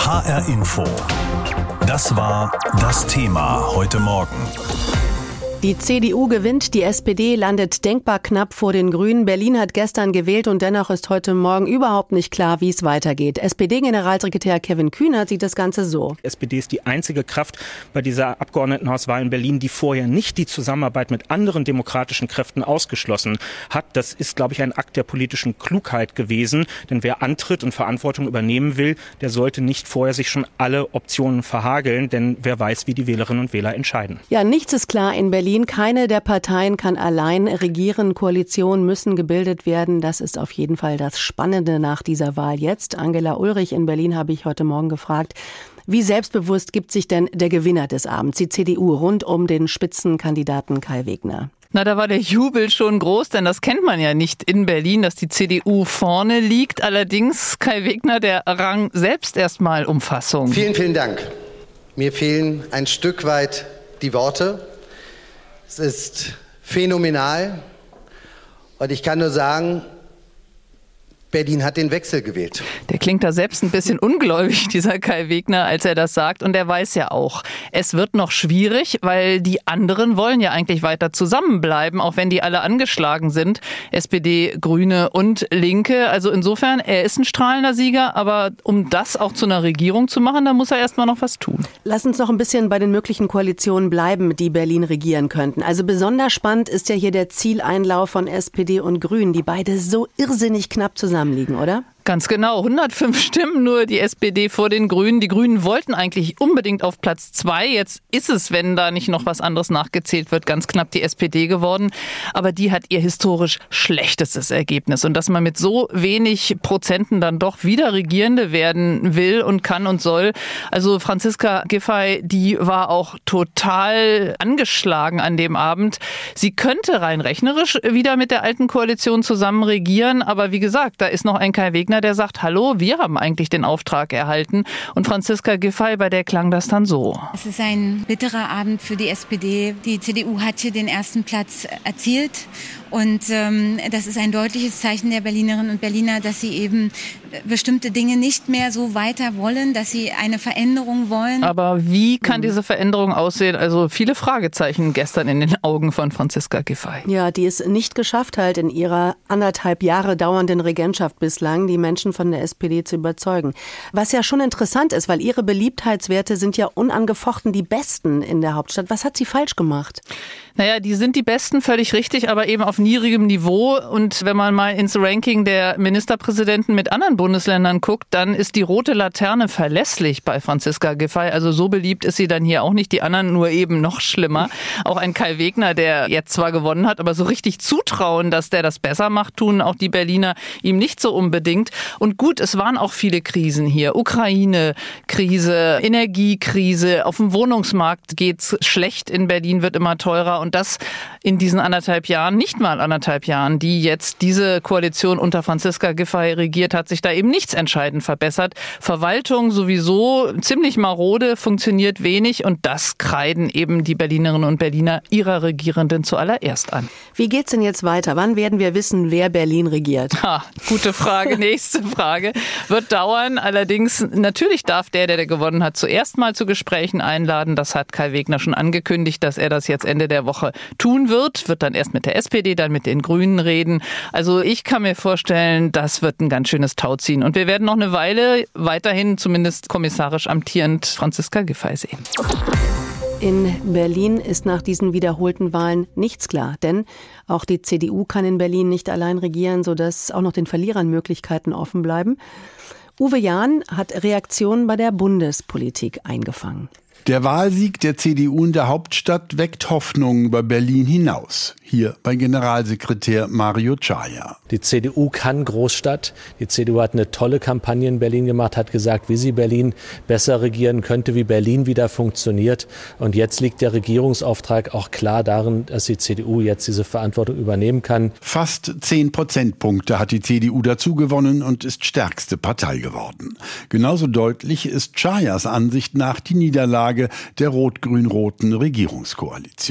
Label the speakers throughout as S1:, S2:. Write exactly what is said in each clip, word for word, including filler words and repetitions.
S1: H R Info. Das war das Thema heute Morgen.
S2: Die C D U gewinnt, die S P D landet denkbar knapp vor den Grünen. Berlin hat gestern gewählt und dennoch ist heute Morgen überhaupt nicht klar, wie es weitergeht. S P D-Generalsekretär Kevin Kühnert sieht das Ganze so.
S3: Die S P D ist die einzige Kraft bei dieser Abgeordnetenhauswahl in Berlin, die vorher nicht die Zusammenarbeit mit anderen demokratischen Kräften ausgeschlossen hat. Das ist, glaube ich, ein Akt der politischen Klugheit gewesen. Denn wer antritt und Verantwortung übernehmen will, der sollte nicht vorher sich schon alle Optionen verhageln. Denn wer weiß, wie die Wählerinnen und Wähler entscheiden.
S2: Ja, nichts ist klar in Berlin. Keine der Parteien kann allein regieren. Koalitionen müssen gebildet werden. Das ist auf jeden Fall das Spannende nach dieser Wahl jetzt. Angela Ulrich in Berlin habe ich heute Morgen gefragt, wie selbstbewusst gibt sich denn der Gewinner des Abends, die C D U, rund um den Spitzenkandidaten Kai Wegner?
S4: Na, da war der Jubel schon groß, denn das kennt man ja nicht in Berlin, dass die C D U vorne liegt. Allerdings, Kai Wegner, der rang selbst erstmal um Fassung.
S5: Vielen, vielen Dank. Mir fehlen ein Stück weit die Worte. Es ist phänomenal und ich kann nur sagen, Berlin hat den Wechsel gewählt.
S4: Der klingt da selbst ein bisschen ungläubig, dieser Kai Wegner, als er das sagt. Und er weiß ja auch, es wird noch schwierig, weil die anderen wollen ja eigentlich weiter zusammenbleiben, auch wenn die alle angeschlagen sind. S P D, Grüne und Linke. Also insofern, er ist ein strahlender Sieger. Aber um das auch zu einer Regierung zu machen, da muss er erst mal noch was tun.
S2: Lass uns noch ein bisschen bei den möglichen Koalitionen bleiben, die Berlin regieren könnten. Also besonders spannend ist ja hier der Zieleinlauf von S P D und Grünen, die beide so irrsinnig knapp zusammenliegen, oder?
S4: Ganz genau, hundertfünf Stimmen nur die S P D vor den Grünen. Die Grünen wollten eigentlich unbedingt auf Platz zwei. Jetzt ist es, wenn da nicht noch was anderes nachgezählt wird, ganz knapp die S P D geworden. Aber die hat ihr historisch schlechtestes Ergebnis. Und dass man mit so wenig Prozenten dann doch wieder Regierende werden will und kann und soll. Also Franziska Giffey, die war auch total angeschlagen an dem Abend. Sie könnte rein rechnerisch wieder mit der alten Koalition zusammen regieren. Aber wie gesagt, da ist noch ein Kai Wegner, der sagt, hallo, wir haben eigentlich den Auftrag erhalten. Und Franziska Giffey, bei der klang das dann so.
S6: Es ist ein bitterer Abend für die S P D. Die C D U hat hier den ersten Platz erzielt. Und ähm, das ist ein deutliches Zeichen der Berlinerinnen und Berliner, dass sie eben bestimmte Dinge nicht mehr so weiter wollen, dass sie eine Veränderung wollen.
S4: Aber wie kann diese Veränderung aussehen? Also viele Fragezeichen gestern in den Augen von Franziska Giffey.
S2: Ja, die es nicht geschafft halt in ihrer anderthalb Jahre dauernden Regentschaft bislang, die Menschen von der S P D zu überzeugen. Was ja schon interessant ist, weil ihre Beliebtheitswerte sind ja unangefochten die besten in der Hauptstadt. Was hat sie falsch gemacht?
S4: Naja, die sind die Besten, völlig richtig, aber eben auf niedrigem Niveau. Und wenn man mal ins Ranking der Ministerpräsidenten mit anderen Bundesländern guckt, dann ist die rote Laterne verlässlich bei Franziska Giffey. Also so beliebt ist sie dann hier auch nicht, die anderen nur eben noch schlimmer. Auch ein Kai Wegner, der jetzt zwar gewonnen hat, aber so richtig zutrauen, dass der das besser macht, tun auch die Berliner ihm nicht so unbedingt. Und gut, es waren auch viele Krisen hier. Ukraine-Krise, Energiekrise, auf dem Wohnungsmarkt geht's schlecht, in Berlin wird immer teurer. Und das in diesen anderthalb Jahren, nicht mal anderthalb Jahren, die jetzt diese Koalition unter Franziska Giffey regiert, hat sich da eben nichts entscheidend verbessert. Verwaltung sowieso ziemlich marode, funktioniert wenig und das kreiden eben die Berlinerinnen und Berliner ihrer Regierenden zuallererst an.
S2: Wie geht's denn jetzt weiter? Wann werden wir wissen, wer Berlin regiert?
S4: Ha, gute Frage, nächste Frage. Wird dauern, allerdings natürlich darf der, der gewonnen hat, zuerst mal zu Gesprächen einladen. Das hat Kai Wegner schon angekündigt, dass er das jetzt Ende der Woche tun wird, wird dann erst mit der S P D, dann mit den Grünen reden. Also ich kann mir vorstellen, das wird ein ganz schönes Tauziehen. Und wir werden noch eine Weile weiterhin, zumindest kommissarisch amtierend, Franziska Giffey sehen.
S2: In Berlin ist nach diesen wiederholten Wahlen nichts klar, denn auch die C D U kann in Berlin nicht allein regieren, sodass auch noch den Verlierern Möglichkeiten offen bleiben. Uwe Jahn hat Reaktionen bei der Bundespolitik eingefangen.
S7: Der Wahlsieg der C D U in der Hauptstadt weckt Hoffnungen über Berlin hinaus. Hier bei Generalsekretär Mario Czaja.
S8: Die C D U kann Großstadt. Die C D U hat eine tolle Kampagne in Berlin gemacht, hat gesagt, wie sie Berlin besser regieren könnte, wie Berlin wieder funktioniert. Und jetzt liegt der Regierungsauftrag auch klar darin, dass die C D U jetzt diese Verantwortung übernehmen kann.
S7: Fast zehn Prozentpunkte hat die C D U dazu gewonnen und ist stärkste Partei geworden. Genauso deutlich ist Czajas Ansicht nach die Niederlage der rot-grün-roten Regierungskoalition.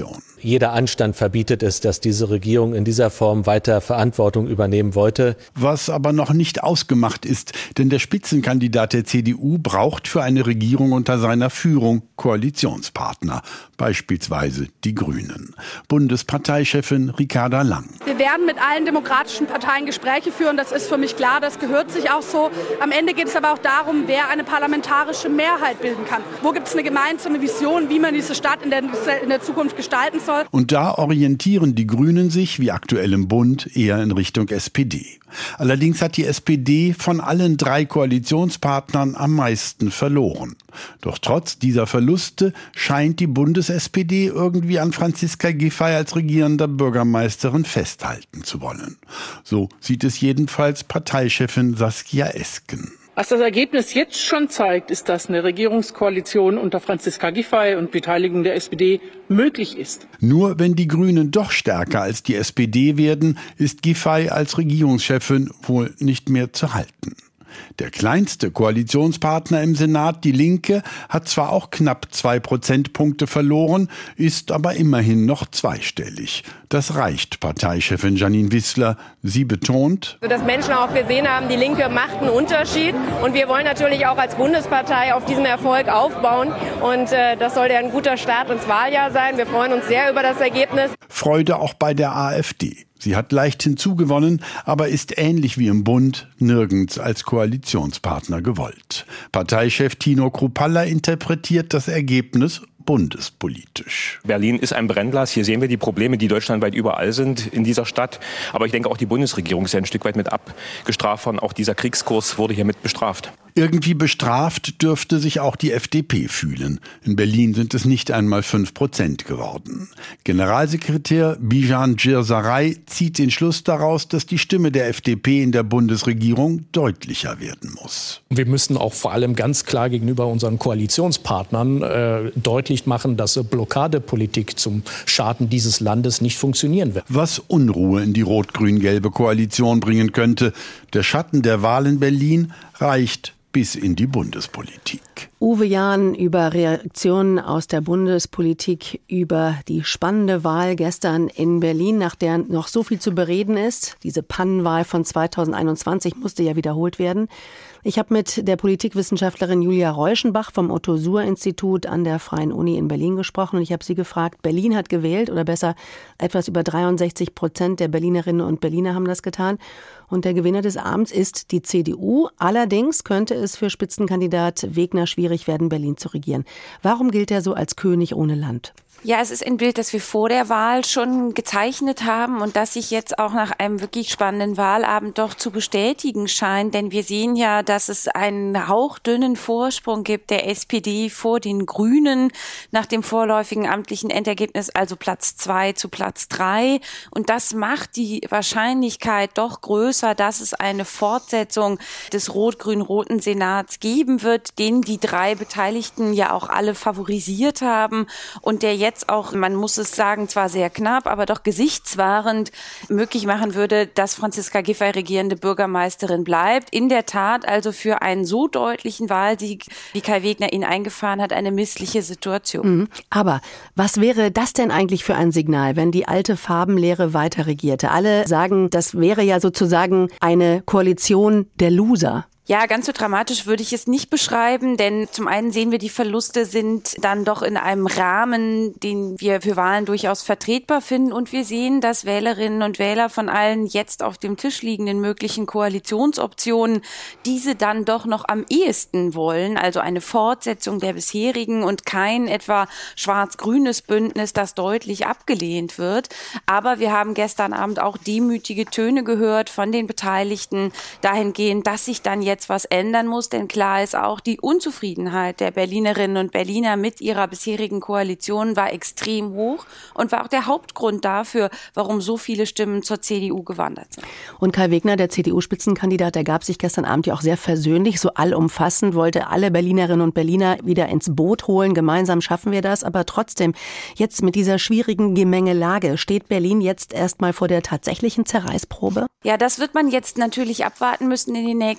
S8: jeder Anstand verbietet es, dass diese Regierung in dieser Form weiter Verantwortung übernehmen wollte.
S7: Was aber noch nicht ausgemacht ist, denn der Spitzenkandidat der C D U braucht für eine Regierung unter seiner Führung Koalitionspartner, beispielsweise die Grünen. Bundesparteichefin Ricarda Lang.
S9: Wir werden mit allen demokratischen Parteien Gespräche führen, das ist für mich klar, das gehört sich auch so. Am Ende geht es aber auch darum, wer eine parlamentarische Mehrheit bilden kann. Wo gibt es eine gemeinsame Vision, wie man diese Stadt in der, in der Zukunft gestalten soll?
S7: Und da orientieren die Grünen sich, wie aktuell im Bund, eher in Richtung S P D. Allerdings hat die S P D von allen drei Koalitionspartnern am meisten verloren. Doch trotz dieser Verluste scheint die Bundes-S P D irgendwie an Franziska Giffey als regierender Bürgermeisterin festhalten zu wollen. So sieht es jedenfalls Parteichefin Saskia Esken.
S10: Was das Ergebnis jetzt schon zeigt, ist, dass eine Regierungskoalition unter Franziska Giffey und Beteiligung der S P D möglich ist.
S7: Nur wenn die Grünen doch stärker als die S P D werden, ist Giffey als Regierungschefin wohl nicht mehr zu halten. Der kleinste Koalitionspartner im Senat, die Linke, hat zwar auch knapp zwei Prozentpunkte verloren, ist aber immerhin noch zweistellig. Das reicht Parteichefin Janine Wissler. Sie betont,
S11: dass Menschen auch gesehen haben, die Linke macht einen Unterschied. Und wir wollen natürlich auch als Bundespartei auf diesem Erfolg aufbauen. Und äh, das soll ja ein guter Start ins Wahljahr sein. Wir freuen uns sehr über das Ergebnis.
S7: Freude auch bei der AfD. Sie hat leicht hinzugewonnen, aber ist ähnlich wie im Bund nirgends als Koalitionspartner gewollt. Parteichef Tino Kruppalla interpretiert das Ergebnis bundespolitisch.
S12: Berlin ist ein Brennglas. Hier sehen wir die Probleme, die deutschlandweit überall sind in dieser Stadt. Aber ich denke, auch die Bundesregierung ist ja ein Stück weit mit abgestraft worden. Auch dieser Kriegskurs wurde hiermit bestraft.
S7: Irgendwie bestraft dürfte sich auch die F D P fühlen. In Berlin sind es nicht einmal fünf Prozent geworden. Generalsekretär Bijan Girsaray zieht den Schluss daraus, dass die Stimme der F D P in der Bundesregierung deutlicher werden muss.
S13: Wir müssen auch vor allem ganz klar gegenüber unseren Koalitionspartnern äh, deutlich machen, dass Blockadepolitik zum Schaden dieses Landes nicht funktionieren wird.
S7: Was Unruhe in die rot-grün-gelbe Koalition bringen könnte. Der Schatten der Wahl in Berlin reicht bis in die Bundespolitik.
S2: Uwe Jahn über Reaktionen aus der Bundespolitik über die spannende Wahl gestern in Berlin, nach der noch so viel zu bereden ist. Diese Pannenwahl von zweitausendeinundzwanzig musste ja wiederholt werden. Ich habe mit der Politikwissenschaftlerin Julia Reuschenbach vom Otto-Suhr-Institut an der Freien Uni in Berlin gesprochen und ich habe sie gefragt, Berlin hat gewählt oder besser etwas über dreiundsechzig Prozent der Berlinerinnen und Berliner haben das getan und der Gewinner des Abends ist die C D U. Allerdings könnte es für Spitzenkandidat Wegner schwierig werden, Berlin zu regieren. Warum gilt er so als König ohne Land?
S14: Ja, es ist ein Bild, das wir vor der Wahl schon gezeichnet haben und das sich jetzt auch nach einem wirklich spannenden Wahlabend doch zu bestätigen scheint. Denn wir sehen ja, dass es einen hauchdünnen Vorsprung gibt der S P D vor den Grünen nach dem vorläufigen amtlichen Endergebnis, also Platz zwei zu Platz drei. Und das macht die Wahrscheinlichkeit doch größer, dass es eine Fortsetzung des rot-grün-roten Senats geben wird, den die drei Beteiligten ja auch alle favorisiert haben und der jetzt auch, man muss es sagen, zwar sehr knapp, aber doch gesichtswahrend möglich machen würde, dass Franziska Giffey regierende Bürgermeisterin bleibt. In der Tat also für einen so deutlichen Wahlsieg, wie Kai Wegner ihn eingefahren hat, eine missliche Situation.
S2: Mhm. Aber was wäre das denn eigentlich für ein Signal, wenn die alte Farbenlehre weiter regierte? Alle sagen, das wäre ja sozusagen eine Koalition der Loser.
S14: Ja, ganz so dramatisch würde ich es nicht beschreiben, denn zum einen sehen wir, die Verluste sind dann doch in einem Rahmen, den wir für Wahlen durchaus vertretbar finden und wir sehen, dass Wählerinnen und Wähler von allen jetzt auf dem Tisch liegenden möglichen Koalitionsoptionen diese dann doch noch am ehesten wollen, also eine Fortsetzung der bisherigen und kein etwa schwarz-grünes Bündnis, das deutlich abgelehnt wird. Aber wir haben gestern Abend auch demütige Töne gehört von den Beteiligten dahingehend, dass sich dann jetzt jetzt was ändern muss, denn klar ist auch, die Unzufriedenheit der Berlinerinnen und Berliner mit ihrer bisherigen Koalition war extrem hoch und war auch der Hauptgrund dafür, warum so viele Stimmen zur C D U gewandert sind.
S2: Und Kai Wegner, der C D U-Spitzenkandidat, der gab sich gestern Abend ja auch sehr versöhnlich, so allumfassend, wollte alle Berlinerinnen und Berliner wieder ins Boot holen. Gemeinsam schaffen wir das, aber trotzdem, jetzt mit dieser schwierigen Gemengelage, steht Berlin jetzt erstmal vor der tatsächlichen Zerreißprobe?
S14: Ja, das wird man jetzt natürlich abwarten müssen in den nächsten Tagen.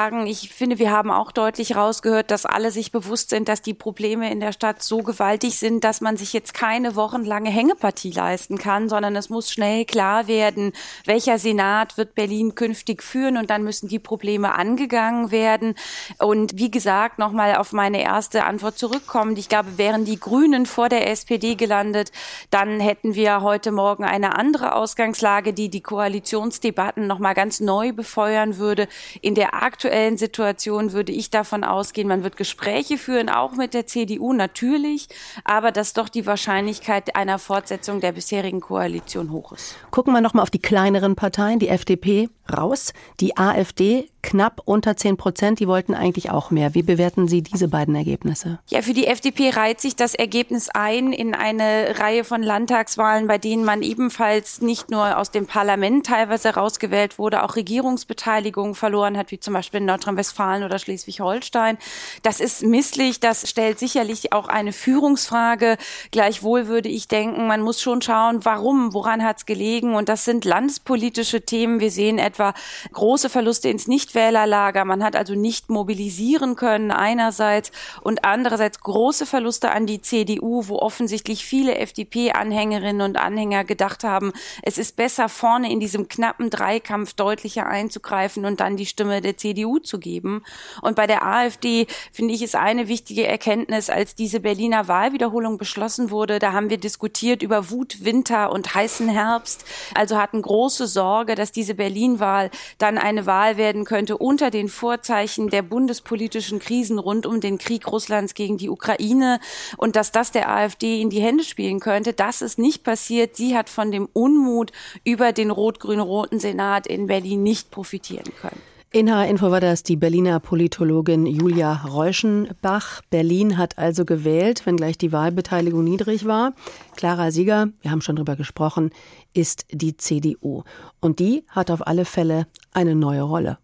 S14: sagen, ich finde, wir haben auch deutlich rausgehört, dass alle sich bewusst sind, dass die Probleme in der Stadt so gewaltig sind, dass man sich jetzt keine wochenlange Hängepartie leisten kann, sondern es muss schnell klar werden, welcher Senat wird Berlin künftig führen und dann müssen die Probleme angegangen werden. Und wie gesagt, nochmal auf meine erste Antwort zurückkommend, ich glaube, wären die Grünen vor der S P D gelandet, dann hätten wir heute Morgen eine andere Ausgangslage, die die Koalitionsdebatten nochmal ganz neu befeuern würde. In der aktuellen Situation würde ich davon ausgehen, man wird Gespräche führen, auch mit der C D U natürlich, aber dass doch die Wahrscheinlichkeit einer Fortsetzung der bisherigen Koalition hoch ist.
S2: Gucken wir nochmal auf die kleineren Parteien, die F D P raus, die AfD knapp unter zehn Prozent, die wollten eigentlich auch mehr. Wie bewerten Sie diese beiden Ergebnisse?
S14: Ja, für die F D P reiht sich das Ergebnis ein in eine Reihe von Landtagswahlen, bei denen man ebenfalls nicht nur aus dem Parlament teilweise rausgewählt wurde, auch Regierungsbeteiligung verloren hat, wie zum Beispiel in Nordrhein-Westfalen oder Schleswig-Holstein. Das ist misslich, das stellt sicherlich auch eine Führungsfrage. Gleichwohl würde ich denken, man muss schon schauen, warum, woran hat es gelegen? Und das sind landespolitische Themen. Wir sehen etwa große Verluste ins Nichtwählerlager. Man hat also nicht mobilisieren können einerseits und andererseits große Verluste an die C D U, wo offensichtlich viele F D P-Anhängerinnen und Anhänger gedacht haben, es ist besser, vorne in diesem knappen Dreikampf deutlicher einzugreifen und dann die Stimme der C D U zu geben. Und bei der AfD finde ich, ist eine wichtige Erkenntnis, als diese Berliner Wahlwiederholung beschlossen wurde, da haben wir diskutiert über Wut, Winter und heißen Herbst. Also hatten große Sorge, dass diese Berlin-Wahl dann eine Wahl werden könnte unter den Vorzeichen der bundespolitischen Krisen rund um den Krieg Russlands gegen die Ukraine und dass das der AfD in die Hände spielen könnte. Das ist nicht passiert. Sie hat von dem Unmut über den rot-grün-roten Senat in Berlin nicht profitieren können.
S2: In H R-Info war das die Berliner Politologin Julia Reuschenbach. Berlin hat also gewählt, wenngleich die Wahlbeteiligung niedrig war. Klarer Sieger, wir haben schon drüber gesprochen, ist die C D U. Und die hat auf alle Fälle eine neue Rolle.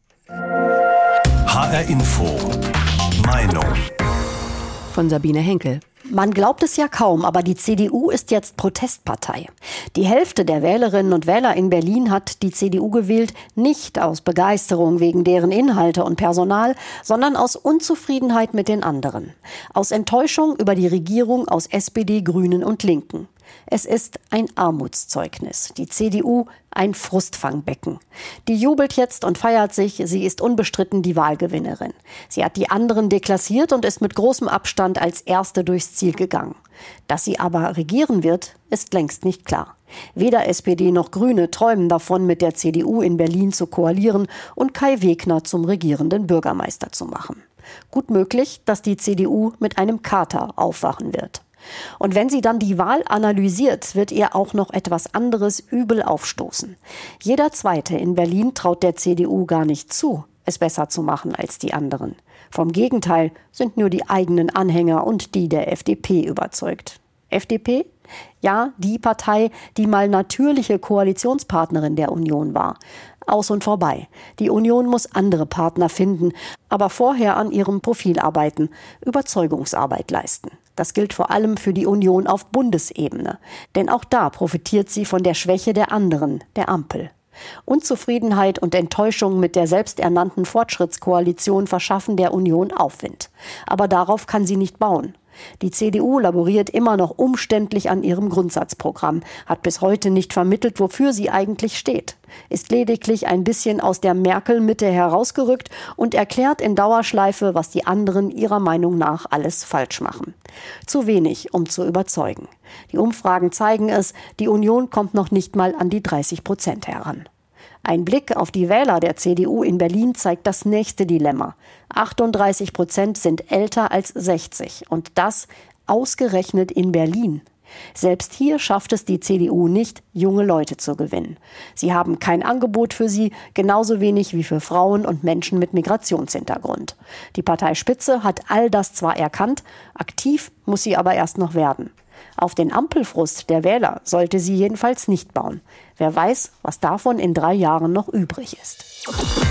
S1: H R-Info. Meinung.
S2: Von Sabine Henkel.
S15: Man glaubt es ja kaum, aber die C D U ist jetzt Protestpartei. Die Hälfte der Wählerinnen und Wähler in Berlin hat die C D U gewählt, nicht aus Begeisterung wegen deren Inhalte und Personal, sondern aus Unzufriedenheit mit den anderen. Aus Enttäuschung über die Regierung aus S P D, Grünen und Linken. Es ist ein Armutszeugnis. Die C D U ein Frustfangbecken. Die jubelt jetzt und feiert sich. Sie ist unbestritten die Wahlgewinnerin. Sie hat die anderen deklassiert und ist mit großem Abstand als Erste durchs Ziel gegangen. Dass sie aber regieren wird, ist längst nicht klar. Weder S P D noch Grüne träumen davon, mit der C D U in Berlin zu koalieren und Kai Wegner zum regierenden Bürgermeister zu machen. Gut möglich, dass die C D U mit einem Kater aufwachen wird. Und wenn sie dann die Wahl analysiert, wird ihr auch noch etwas anderes übel aufstoßen. Jeder Zweite in Berlin traut der C D U gar nicht zu, es besser zu machen als die anderen. Vom Gegenteil sind nur die eigenen Anhänger und die der F D P überzeugt. F D P? Ja, die Partei, die mal natürliche Koalitionspartnerin der Union war. Aus und vorbei. Die Union muss andere Partner finden, aber vorher an ihrem Profil arbeiten, Überzeugungsarbeit leisten. Das gilt vor allem für die Union auf Bundesebene. Denn auch da profitiert sie von der Schwäche der anderen, der Ampel. Unzufriedenheit und Enttäuschung mit der selbsternannten Fortschrittskoalition verschaffen der Union Aufwind. Aber darauf kann sie nicht bauen. Die C D U laboriert immer noch umständlich an ihrem Grundsatzprogramm, hat bis heute nicht vermittelt, wofür sie eigentlich steht, ist lediglich ein bisschen aus der Merkel-Mitte herausgerückt und erklärt in Dauerschleife, was die anderen ihrer Meinung nach alles falsch machen. Zu wenig, um zu überzeugen. Die Umfragen zeigen es, die Union kommt noch nicht mal an die dreißig Prozent heran. Ein Blick auf die Wähler der C D U in Berlin zeigt das nächste Dilemma. achtunddreißig Prozent sind älter als sechzig und das ausgerechnet in Berlin. Selbst hier schafft es die C D U nicht, junge Leute zu gewinnen. Sie haben kein Angebot für sie, genauso wenig wie für Frauen und Menschen mit Migrationshintergrund. Die Parteispitze hat all das zwar erkannt, aktiv muss sie aber erst noch werden. Auf den Ampelfrust der Wähler sollte sie jedenfalls nicht bauen. Wer weiß, was davon in drei Jahren noch übrig ist.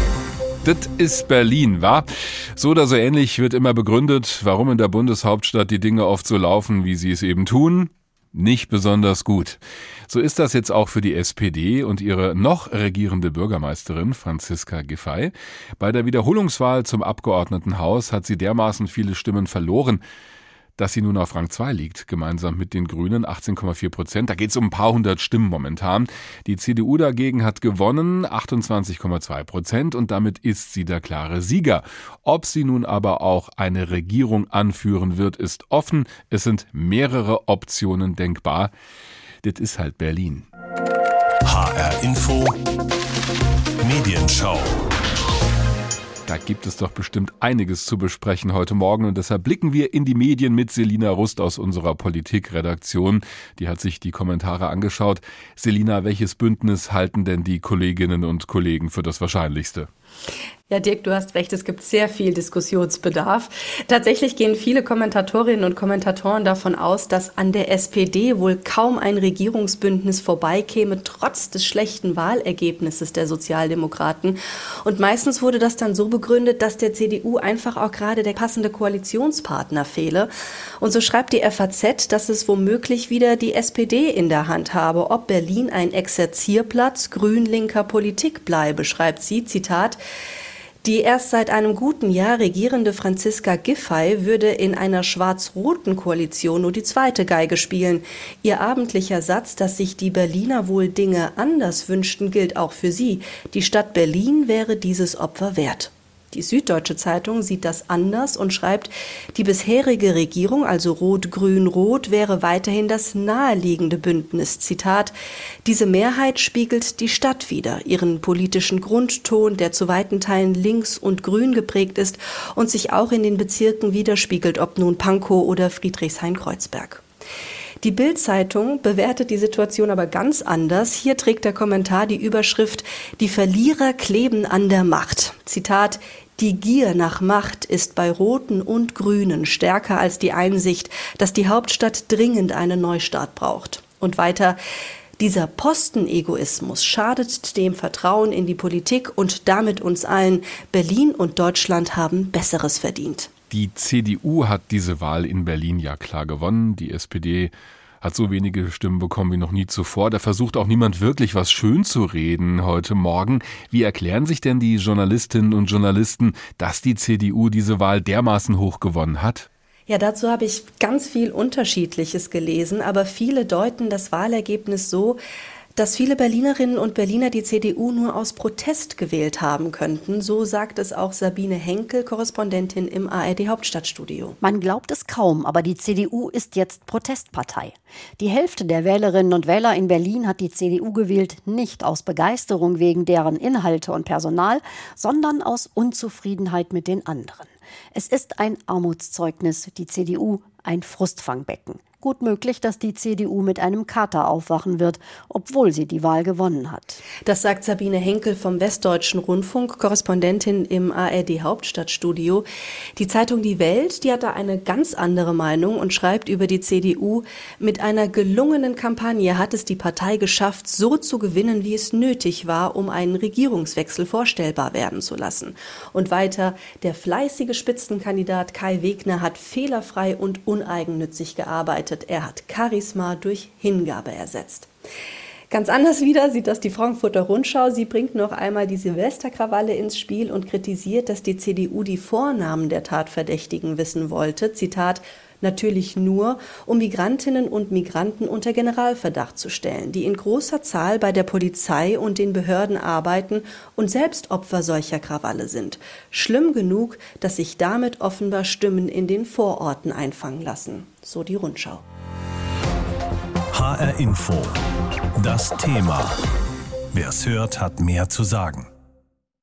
S16: Das ist Berlin, wa? So oder so ähnlich wird immer begründet, warum in der Bundeshauptstadt die Dinge oft so laufen, wie sie es eben tun. nicht besonders gut. So ist das jetzt auch für die S P D und ihre noch regierende Bürgermeisterin Franziska Giffey. Bei der Wiederholungswahl zum Abgeordnetenhaus hat sie dermaßen viele Stimmen verloren, dass sie nun auf Rang zwei liegt, gemeinsam mit den Grünen, achtzehn Komma vier Prozent. Da geht es um ein paar hundert Stimmen momentan. Die C D U dagegen hat gewonnen, achtundzwanzig Komma zwei Prozent, und damit ist sie der klare Sieger. Ob sie nun aber auch eine Regierung anführen wird, ist offen. Es sind mehrere Optionen denkbar. Das ist halt Berlin.
S1: H R Info Medienschau.
S16: Da gibt es doch bestimmt einiges zu besprechen heute Morgen, und deshalb blicken wir in die Medien mit Selina Rust aus unserer Politikredaktion. Die hat sich die Kommentare angeschaut. Selina, welches Bündnis halten denn die Kolleginnen und Kollegen für das Wahrscheinlichste?
S17: Ja, Dirk, du hast recht, es gibt sehr viel Diskussionsbedarf. Tatsächlich gehen viele Kommentatorinnen und Kommentatoren davon aus, dass an der S P D wohl kaum ein Regierungsbündnis vorbeikäme, trotz des schlechten Wahlergebnisses der Sozialdemokraten. Und meistens wurde das dann so begründet, dass der C D U einfach auch gerade der passende Koalitionspartner fehle. Und so schreibt die F A Z, dass es womöglich wieder die S P D in der Hand habe, ob Berlin ein Exerzierplatz grün-linker Politik bleibe, schreibt sie, Zitat: Die erst seit einem guten Jahr regierende Franziska Giffey würde in einer schwarz-roten Koalition nur die zweite Geige spielen. Ihr abendlicher Satz, dass sich die Berliner wohl Dinge anders wünschten, gilt auch für sie. Die Stadt Berlin wäre dieses Opfer wert. Die Süddeutsche Zeitung sieht das anders und schreibt, die bisherige Regierung, also Rot-Grün-Rot, wäre weiterhin das naheliegende Bündnis. Zitat: Diese Mehrheit spiegelt die Stadt wider, ihren politischen Grundton, der zu weiten Teilen links und grün geprägt ist und sich auch in den Bezirken widerspiegelt, ob nun Pankow oder Friedrichshain-Kreuzberg. Die Bild-Zeitung bewertet die Situation aber ganz anders. Hier trägt der Kommentar die Überschrift: Die Verlierer kleben an der Macht. Zitat: Die Gier nach Macht ist bei Roten und Grünen stärker als die Einsicht, dass die Hauptstadt dringend einen Neustart braucht. Und weiter: Dieser Postenegoismus schadet dem Vertrauen in die Politik und damit uns allen. Berlin und Deutschland haben Besseres verdient.
S16: Die C D U hat diese Wahl in Berlin ja klar gewonnen. Die S P D hat so wenige Stimmen bekommen wie noch nie zuvor. Da versucht auch niemand wirklich was schön zu reden heute Morgen. Wie erklären sich denn die Journalistinnen und Journalisten, dass die C D U diese Wahl dermaßen hoch gewonnen hat?
S17: Ja, dazu habe ich ganz viel Unterschiedliches gelesen, aber viele deuten das Wahlergebnis so, dass viele Berlinerinnen und Berliner die C D U nur aus Protest gewählt haben könnten. So sagt es auch Sabine Henkel, Korrespondentin im A R D-Hauptstadtstudio.
S15: Man glaubt es kaum, aber die C D U ist jetzt Protestpartei. Die Hälfte der Wählerinnen und Wähler in Berlin hat die C D U gewählt, nicht aus Begeisterung wegen deren Inhalte und Personal, sondern aus Unzufriedenheit mit den anderen. Es ist ein Armutszeugnis, die C D U, ein Frustfangbecken. Gut möglich, dass die C D U mit einem Kater aufwachen wird, obwohl sie die Wahl gewonnen hat.
S17: Das sagt Sabine Henkel vom Westdeutschen Rundfunk, Korrespondentin im A R D-Hauptstadtstudio. Die Zeitung Die Welt, die hat da eine ganz andere Meinung und schreibt über die C D U: Mit einer gelungenen Kampagne hat es die Partei geschafft, so zu gewinnen, wie es nötig war, um einen Regierungswechsel vorstellbar werden zu lassen. Und weiter: Der fleißige Spitzenkandidat Kai Wegner hat fehlerfrei und uneigennützig gearbeitet. Er hat Charisma durch Hingabe ersetzt. Ganz anders wieder sieht das die Frankfurter Rundschau. Sie bringt noch einmal die Silvesterkrawalle ins Spiel und kritisiert, dass die C D U die Vornamen der Tatverdächtigen wissen wollte. Zitat: Natürlich nur, um Migrantinnen und Migranten unter Generalverdacht zu stellen, die in großer Zahl bei der Polizei und den Behörden arbeiten und selbst Opfer solcher Krawalle sind. Schlimm genug, dass sich damit offenbar Stimmen in den Vororten einfangen lassen. So die Rundschau.
S1: H R Info. Das Thema. Wer es hört, hat mehr zu sagen.